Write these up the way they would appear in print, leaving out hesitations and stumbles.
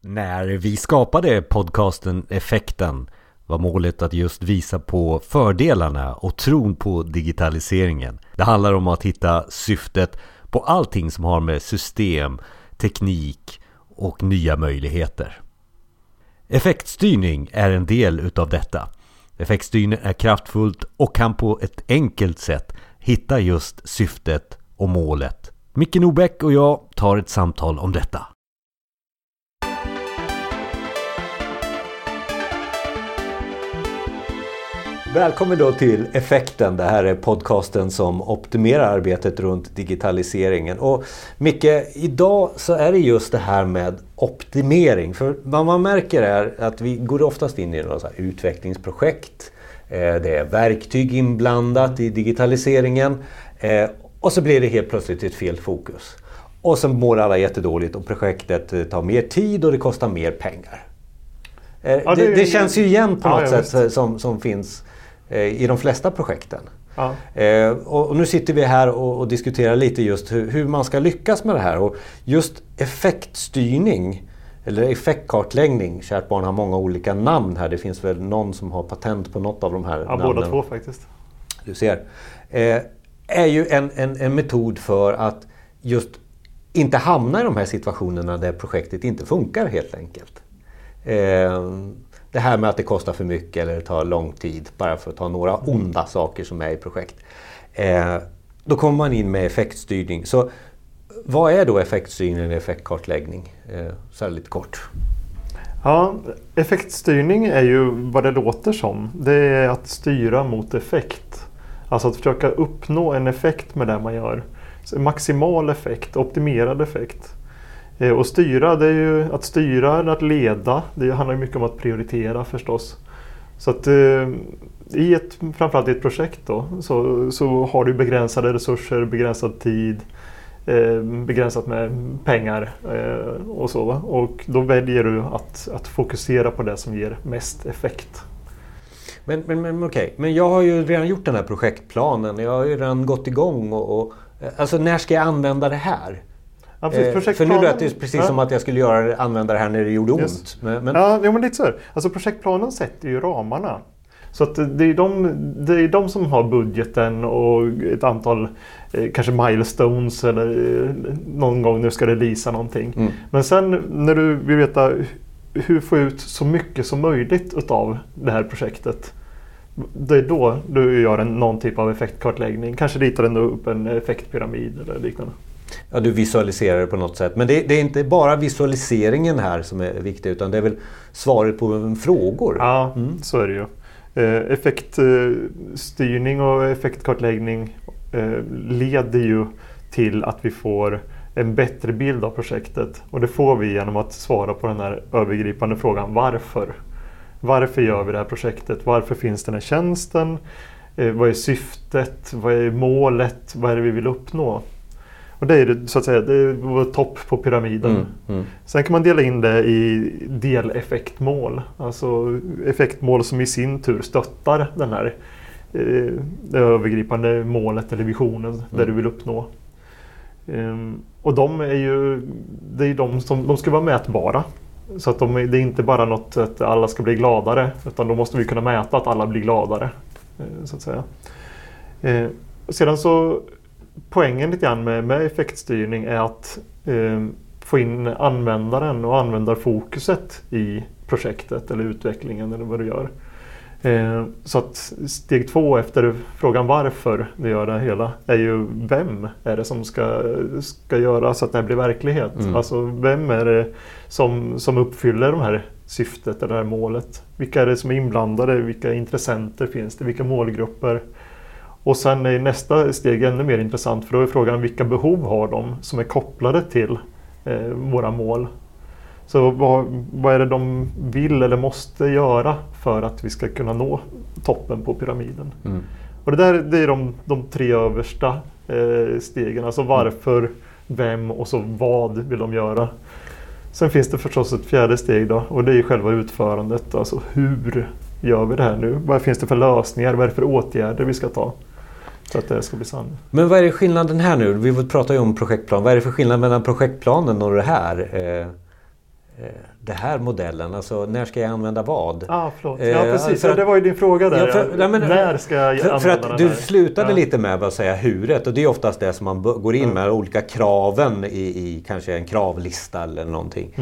När vi skapade podcasten Effekten var målet att just visa på fördelarna och tron på digitaliseringen. Det handlar om att hitta syftet på allting som har med system, teknik och nya möjligheter. Effektstyrning är en del utav detta. Effektstyrning är kraftfullt och kan på ett enkelt sätt hitta just syftet och målet. Micke Nobäck och jag tar ett samtal om detta. Välkommen då till Effekten. Det här är podcasten som optimerar arbetet runt digitaliseringen. Och Micke, idag så är det just det här med optimering. För vad man märker är att vi går oftast in i några så här utvecklingsprojekt. Det är verktyg inblandat i digitaliseringen. Och så blir det helt plötsligt ett fel fokus. Och så mår alla jättedåligt och projektet tar mer tid och det kostar mer pengar. Ja, det känns ju igen på något sätt som finns i de flesta projekten. Ja. Och nu sitter vi här och diskuterar lite just hur man ska lyckas med det här. Och just effektstyrning eller effektkartläggning, kärt barn har många olika namn här. Det finns väl någon som har patent på något av de här namnen. Ja, båda två faktiskt. Du ser. Är ju en metod för att just inte hamna i de här situationerna där projektet inte funkar helt enkelt. Det här med att det kostar för mycket eller tar lång tid, bara för att ta några onda saker som är i projekt. Då kommer man in med effektstyrning. Så vad är då effektstyrning eller effektkartläggning? Så här lite kort. Ja, effektstyrning är ju vad det låter som. Det är att styra mot effekt. Alltså att försöka uppnå en effekt med det man gör. Så maximal effekt, optimerad effekt. Och styra, det är ju att styra eller att leda. Det handlar ju mycket om att prioritera förstås. Så att framförallt i ett projekt då, så har du begränsade resurser, begränsad tid, begränsat med pengar och så. Och då väljer du att fokusera på det som ger mest effekt. Men okej, men jag har ju redan gjort den här projektplanen. Jag har ju redan gått igång och alltså när ska jag använda det här? Ja, precis, för nu lät det precis som att jag skulle använda det här när det gjorde ont. Ja, men lite så här. Alltså projektplanen sätter ju ramarna. Så att det är de som har budgeten och ett antal kanske milestones eller någon gång nu ska releasa någonting. Mm. Men sen när du vill veta hur få ut så mycket som möjligt utav det här projektet, det är då du gör någon typ av effektkartläggning. Kanske ritar den upp en effektpyramid eller liknande. Ja, du visualiserar det på något sätt. Men det är inte bara visualiseringen här som är viktig, utan det är väl svaret på frågor. Ja, så är det ju. Effektstyrning och effektkartläggning leder ju till att vi får en bättre bild av projektet. Och det får vi genom att svara på den här övergripande frågan: varför? Varför gör vi det här projektet? Varför finns den här tjänsten? Vad är syftet? Vad är målet? Vad är det vi vill uppnå? Och det är så att säga, det är vår topp på pyramiden. Sen kan man dela in det i deleffektmål. Alltså effektmål som i sin tur stöttar den här det övergripande målet eller visionen där du vill uppnå. Och de är ju de som de ska vara mätbara. Så att det är inte bara något att alla ska bli gladare, utan då måste vi kunna mäta att alla blir gladare, så att säga. Sedan så poängen lite grann med effektstyrning är att få in användaren och användarfokuset i projektet eller utvecklingen eller vad du gör. Så att steg 2 efter frågan varför du gör det hela är ju vem är det som ska göra så att det här blir verklighet. Alltså vem är det som uppfyller de här syftet eller det här målet. Vilka är det som är inblandade, vilka intressenter finns det, vilka målgrupper. Och sen är nästa steg ännu mer intressant, för då är frågan vilka behov har de som är kopplade till våra mål. Så vad är det de vill eller måste göra för att vi ska kunna nå toppen på pyramiden. Och det är de 3 översta stegen, alltså varför, vem och så vad vill de göra. Sen finns det förstås ett 4:e steg då, och det är själva utförandet, alltså hur gör vi det här nu? Vad finns det för lösningar, vad är det för åtgärder vi ska ta? Så att det ska bli sant. Men vad är skillnaden här nu? Vi pratar ju om projektplan. Vad är det för skillnad mellan projektplanen och det här? det här modellen, alltså när ska jag använda vad? Förlåt. Ja, precis. Det var ju din fråga där. När ska jag använda för att den du här? slutade lite med att säga huret, och det är oftast det som man går in med, olika kraven i kanske en kravlista eller någonting.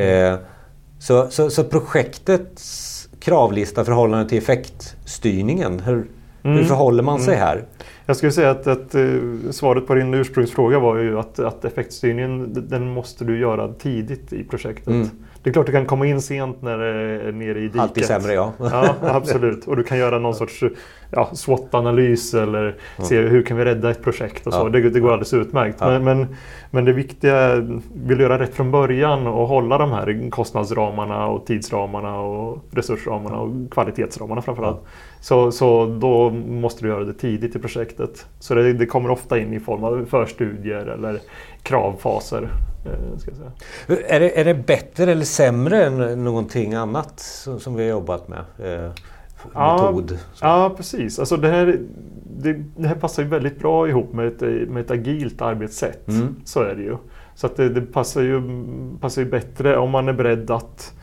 Så projektets kravlista förhållande till effektstyrningen, hur förhåller man sig här? Jag skulle säga att svaret på din ursprungsfråga var ju att effektstyrningen, den måste du göra tidigt i projektet. Det är klart du kan komma in sent när det är nere i diket. Alltid sämre, ja. Ja, absolut. Och du kan göra någon sorts SWOT-analys eller se hur kan vi rädda ett projekt och så. Det går alldeles utmärkt. Men det viktiga, vill du göra rätt från början och hålla de här kostnadsramarna och tidsramarna och resursramarna och kvalitetsramarna framförallt. Så då måste du göra det tidigt i projektet. Så det kommer ofta in i form av förstudier eller kravfaser. Ska jag säga. Är det bättre eller sämre än någonting annat som vi har jobbat med? Metod? Ja, precis. Alltså det här passar ju väldigt bra ihop med ett agilt arbetssätt. Så är det ju. Så att det passar ju bättre om man är beredd att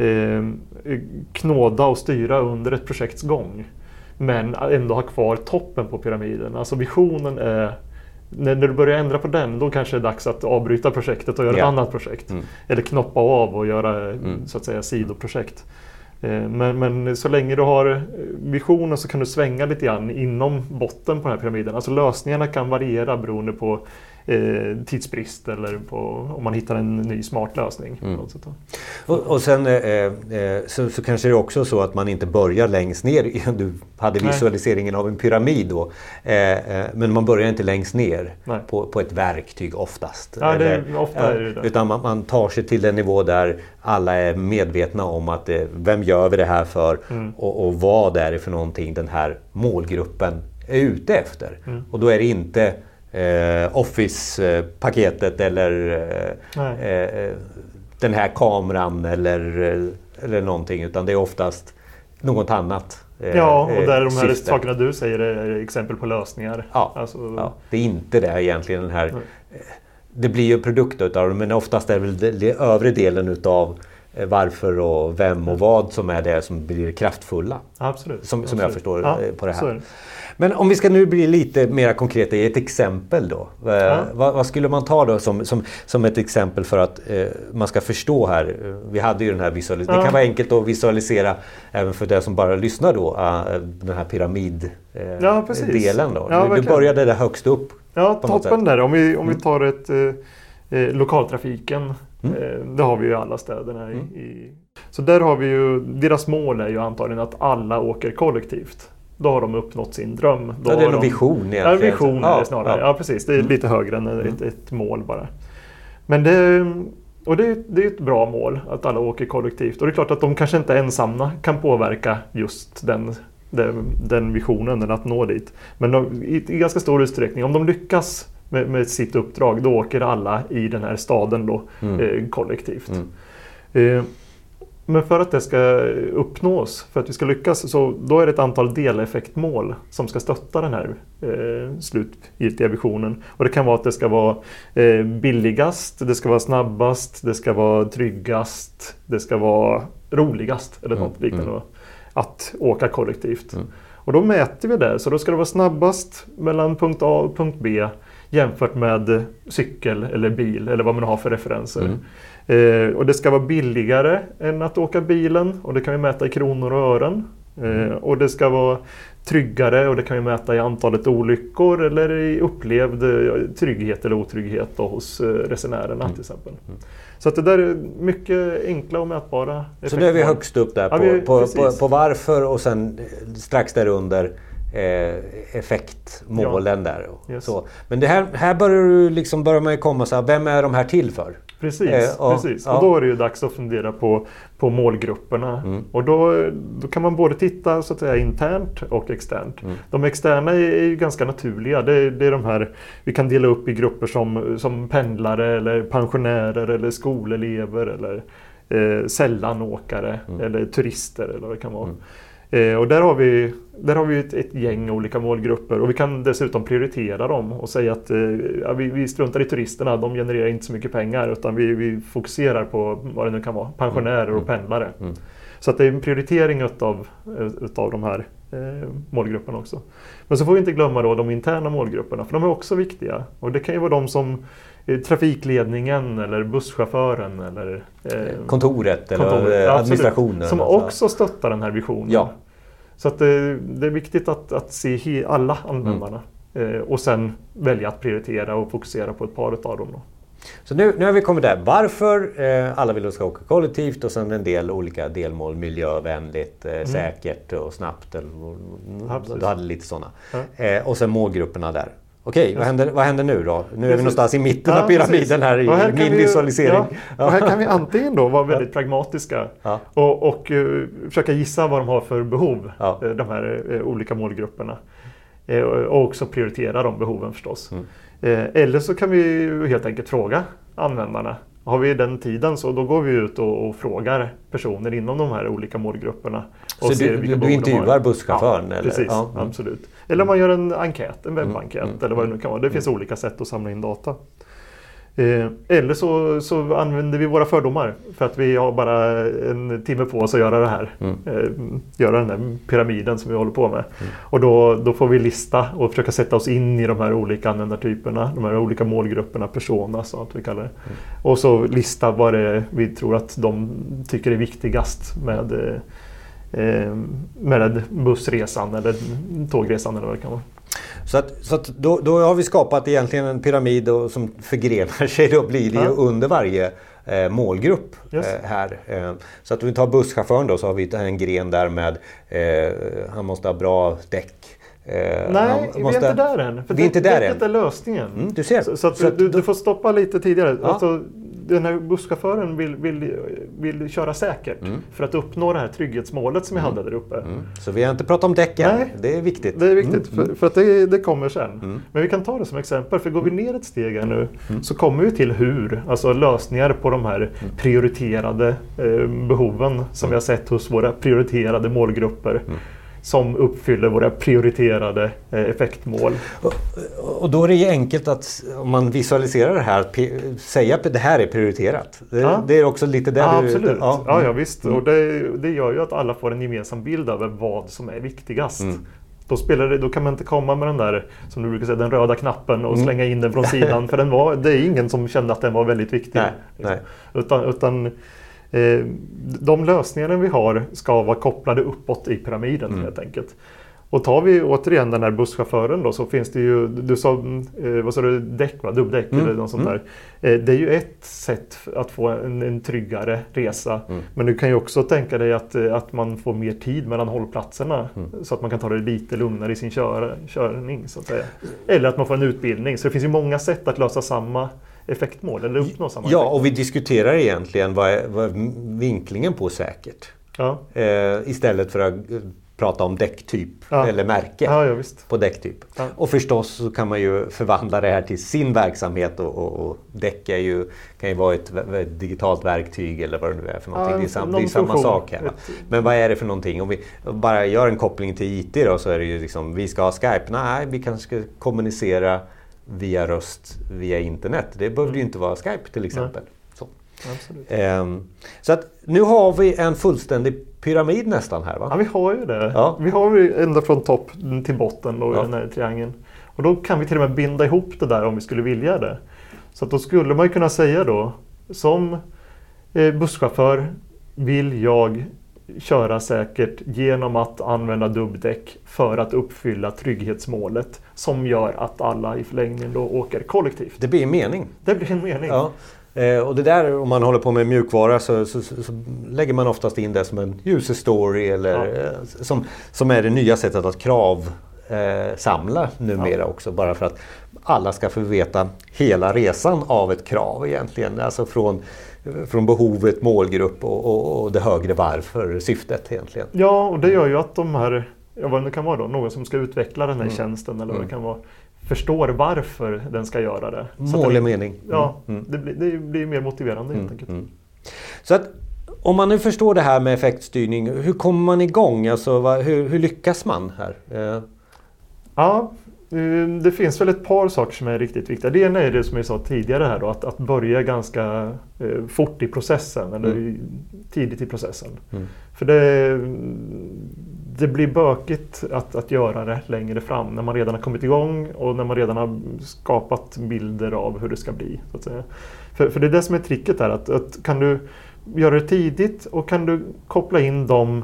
knåda och styra under ett projekts gång. Men ändå ha kvar toppen på pyramiden. Alltså visionen är, när du börjar ändra på den, då kanske det är dags att avbryta projektet och göra ett annat projekt. Eller knoppa av och göra så att säga sidoprojekt. Men så länge du har visionen så kan du svänga lite grann inom botten på den här pyramiden. Alltså lösningarna kan variera beroende på tidsbrist eller på om man hittar en ny smart lösning. Och sen så kanske det är också så att man inte börjar längst ner. Du hade visualiseringen av en pyramid då. Men man börjar inte längst ner på ett verktyg oftast. Ja, ofta är det. Utan man tar sig till en nivå där alla är medvetna om att vem gör vi det här för och vad är det för någonting den här målgruppen är ute efter. Och då är det inte Office-paketet eller den här kameran eller någonting, utan det är oftast något annat. Och där de här sakerna du säger är exempel på lösningar. Det är inte det egentligen den här. Det blir ju produkter utav det, men oftast är det väl den övre delen utav varför och vem och vad som är det som blir kraftfulla. Absolut. Som jag förstår på det här. Men om vi ska nu bli lite mer konkreta i ett exempel då. Vad skulle man ta då som ett exempel för att man ska förstå här? Vi hade ju den här visualiseringen. Det kan vara enkelt att visualisera även för det som bara lyssnar då. Den här pyramid-delen då. Du började där högst upp. Ja, toppen där. Om vi tar lokaltrafiken. Det har vi ju i alla städerna. Så där har vi ju, deras mål är ju antagligen att alla åker kollektivt. Då har de uppnått sin dröm. Då det är en vision egentligen. Ja, vision är det snarare. Ja, precis. Det är lite högre än ett mål bara. Men det är ett bra mål att alla åker kollektivt. Och det är klart att de kanske inte ensamma kan påverka just den visionen eller att nå dit. Men i ganska stor utsträckning, om de lyckas med sitt uppdrag, då åker alla i den här staden då, kollektivt. Men för att det ska uppnås, för att vi ska lyckas, så då är det ett antal deleffektmål som ska stötta den här slutgiltiga visionen. Och det kan vara att det ska vara billigast, det ska vara snabbast, det ska vara tryggast, det ska vara roligast eller något liknande att åka kollektivt. Och då mäter vi det, så då ska det vara snabbast mellan punkt A och punkt B jämfört med cykel eller bil eller vad man har för referenser. Och det ska vara billigare än att åka bilen, och det kan vi mäta i kronor och ören. Och det ska vara tryggare, och det kan vi mäta i antalet olyckor eller i upplevd trygghet eller otrygghet då hos resenärerna till exempel. Så att det där är mycket enkla och mätbara effekter. Så nu är vi högst upp där på varför, och sen strax där under effektmålen där. Så. Men det här börjar man ju komma så här, vem är de här till för? Precis. Och då är det ju dags att fundera på målgrupperna. Och då kan man både titta så att säga internt och externt. De externa är ju ganska naturliga. Det är de här, vi kan dela upp i grupper som pendlare eller pensionärer eller skolelever eller sällanåkare eller turister eller vad det kan vara. Och där har vi ett gäng olika målgrupper, och vi kan dessutom prioritera dem och säga att vi struntar i turisterna, de genererar inte så mycket pengar, utan vi fokuserar på vad det nu kan vara, pensionärer och pendlare. Så att det är en prioritering utav de här målgrupperna också. Men så får vi inte glömma då de interna målgrupperna, för de är också viktiga. Och det kan ju vara de som trafikledningen eller busschauffören eller kontoret eller administrationen. Som också stöttar den här visionen. Ja. Så att det är viktigt att se alla användarna och sen välja att prioritera och fokusera på ett par av dem då. Så nu har vi kommit där. Varför alla vill ska åka kollektivt, och sen en del olika delmål, miljövänligt, säkert och snabbt. Du hade lite sådana. Och sen målgrupperna där. Okej, vad händer nu då? Nu är vi någonstans i mitten av pyramiden här i min visualisering. Och här kan vi antingen då vara väldigt pragmatiska och försöka gissa vad de har för behov, de här olika målgrupperna. Och också prioritera de behoven förstås. Eller så kan vi helt enkelt fråga användarna. Har vi den tiden, så då går vi ut och frågar personer inom de här olika målgrupperna. Och så du intervjuar busschauffören? Ja, precis. Ja. Absolut. Eller man gör en enkät, en webbenkät eller vad det nu kan vara. Det finns olika sätt att samla in data. Eller så använder vi våra fördomar för att vi har bara en timme på oss att göra det här. Göra den här pyramiden som vi håller på med. Och då får vi lista och försöka sätta oss in i de här olika användartyperna, de här olika målgrupperna, personas, så att vi kallar det. Och så lista vad det vi tror att de tycker är viktigast med bussresan eller tågresan eller vad det kan vara. Så att då har vi skapat egentligen en pyramid som förgrenar sig, då blir det ju under varje målgrupp här. Så att om vi tar busschauffören då, så har vi en gren där med han måste ha bra däck. Nej, vi är inte där än. För däcket är lösningen. Du ser. Så att du får stoppa lite tidigare. Ja. Alltså, den här busschauffören vill köra säkert för att uppnå det här trygghetsmålet som vi hade där uppe. Så vi har inte pratat om däcken. Nej, det är viktigt. Det är viktigt för att det kommer sen. Men vi kan ta det som exempel, för går vi ner ett steg här nu så kommer vi till hur, alltså lösningar på de här prioriterade behoven som vi har sett hos våra prioriterade målgrupper. Som uppfyller våra prioriterade effektmål. Och då är det ju enkelt att, om man visualiserar det här, säga att det här är prioriterat. Det är också lite där absolut. Ja, visst. Och det gör ju att alla får en gemensam bild över vad som är viktigast. Då kan man inte komma med den där, som du brukar säga, den röda knappen och slänga in den från sidan. För det är ingen som kände att den var väldigt viktig. Nej. Utan de lösningar vi har ska vara kopplade uppåt i pyramiden helt enkelt. Och tar vi återigen den här busschauffören då, så finns det ju, du sa, vad sa du, däck, dubbdäck eller något sånt där. Det är ju ett sätt att få en tryggare resa. Men du kan ju också tänka dig att man får mer tid mellan hållplatserna så att man kan ta det lite lugnare i sin körning så att säga. Eller att man får en utbildning. Så det finns ju många sätt att lösa samma effektmål eller uppnå samma effekt. Och vi diskuterar egentligen vad är vinklingen på säkert. Istället för att prata om däcktyp eller märke på däcktyp. Och förstås så kan man ju förvandla det här till sin verksamhet och däck kan ju vara ett digitalt verktyg eller vad det nu är för någonting. Det är samma sak här. Men vad är det för någonting? Om vi bara gör en koppling till IT då, så är det ju liksom, vi ska ha Skype. Nej, vi kanske ska kommunicera via röst, via internet. Det behöver ju inte vara Skype till exempel. Så att nu har vi en fullständig pyramid nästan här, va? Ja, vi har ju det. Vi har ju ända från topp till botten då, i den här triangeln. Och då kan vi till och med binda ihop det där om vi skulle vilja det. Så att då skulle man ju kunna säga då, som busschaufför vill jag köra säkert genom att använda dubbdäck för att uppfylla trygghetsmålet som gör att alla i förlängningen då åker kollektivt. Det blir en mening. Det blir en mening. Och det där, om man håller på med mjukvara så lägger man oftast in det som en user story eller som är det nya sättet att samla numera också, bara för att alla ska få veta hela resan av ett krav egentligen, alltså från behovet, målgrupp och det högre varför syftet egentligen. Ja, och det gör ju att de här, vad det kan vara då, någon som ska utveckla den här tjänsten eller vad det kan vara, förstår varför den ska göra det. Mål och mening. Det blir mer motiverande helt enkelt. Så att Om man nu förstår det här med effektstyrning, hur kommer man igång? Alltså, hur lyckas man här? Ja, det finns väl ett par saker som är riktigt viktiga. Det ena är det som jag sa tidigare här då, att börja ganska fort i processen eller tidigt i processen. För det blir bökigt att göra det längre fram när man redan har kommit igång och när man redan har skapat bilder av hur det ska bli. Så att säga. För det är det som är tricket här, att kan du göra det tidigt och kan du koppla in de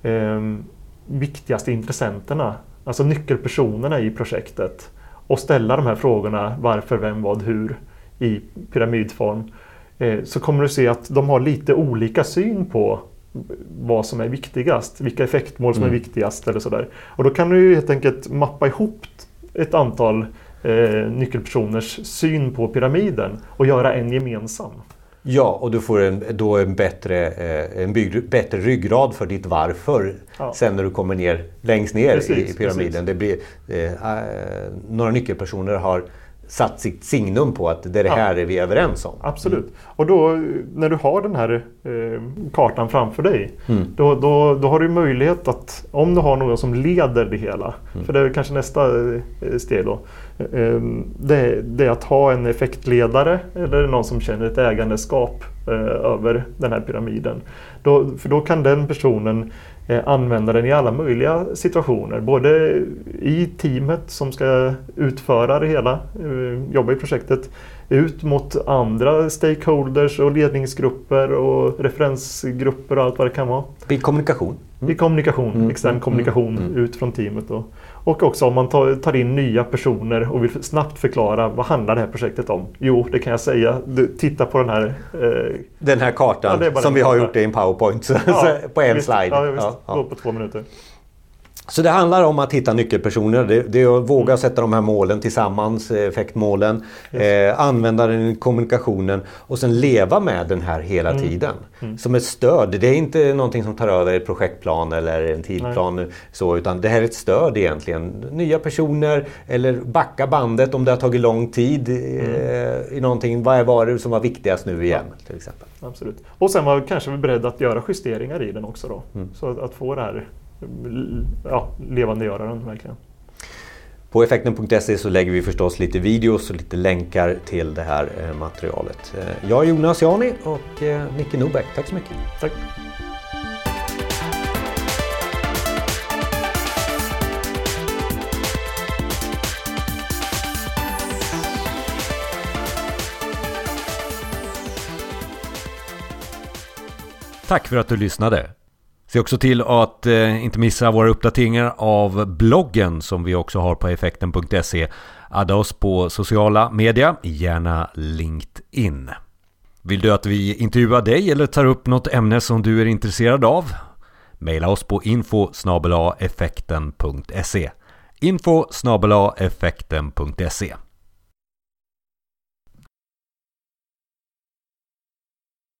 viktigaste intressenterna, alltså nyckelpersonerna i projektet och ställa de här frågorna varför, vem, vad, hur i pyramidform, så kommer du se att de har lite olika syn på vad som är viktigast, vilka effektmål som är viktigast eller sådär. Och då kan du ju helt enkelt mappa ihop ett antal nyckelpersoners syn på pyramiden och göra en gemensam. Ja, och du får en bättre ryggrad för ditt varför sen när du kommer ner längst ner. Precis, i pyramiden. Det blir, några nyckelpersoner har satt sitt signum på att det här är vi överens om. Absolut. Och då när du har den här kartan framför dig, då har du möjlighet att, om du har någon som leder det hela, för det är kanske nästa steg då, det är att ha en effektledare eller någon som känner ett ägandeskap över den här pyramiden. För då kan den personen använda den i alla möjliga situationer, både i teamet som ska utföra det hela, jobba i projektet, ut mot andra stakeholders och ledningsgrupper och referensgrupper och allt vad det kan vara. I kommunikation. I kommunikation, extern kommunikation ut från teamet då. Och också om man tar in nya personer och vill snabbt förklara vad handlar det här projektet om. Jo, det kan jag säga. Titta på den här... den här kartan som vi har gjort i en PowerPoint på en slide. Ja, visst. På 2 minuter. Så det handlar om att hitta nyckelpersoner. Det är att våga sätta de här målen tillsammans, effektmålen, använda den i kommunikationen och sen leva med den här hela tiden. Som ett stöd. Det är inte någonting som tar över ett projektplan eller en tidplan, utan det här är ett stöd egentligen. Nya personer eller backa bandet om det har tagit lång tid i någonting. Vad var det som var viktigast nu igen till exempel? Absolut. Och sen var kanske vi beredda att göra justeringar i den också då. Så att få det här levandegöra den verkligen. På effekten.se så lägger vi förstås lite videos och lite länkar till det här materialet. Jag är Jonas Jani och Micke Norbeck. Tack så mycket. Tack. Tack för att du lyssnade. Se också till att inte missa våra uppdateringar av bloggen som vi också har på effekten.se. Adda oss på sociala media, gärna LinkedIn. Vill du att vi intervjuar dig eller tar upp något ämne som du är intresserad av? Maila oss på info@effekten.se. info@effekten.se.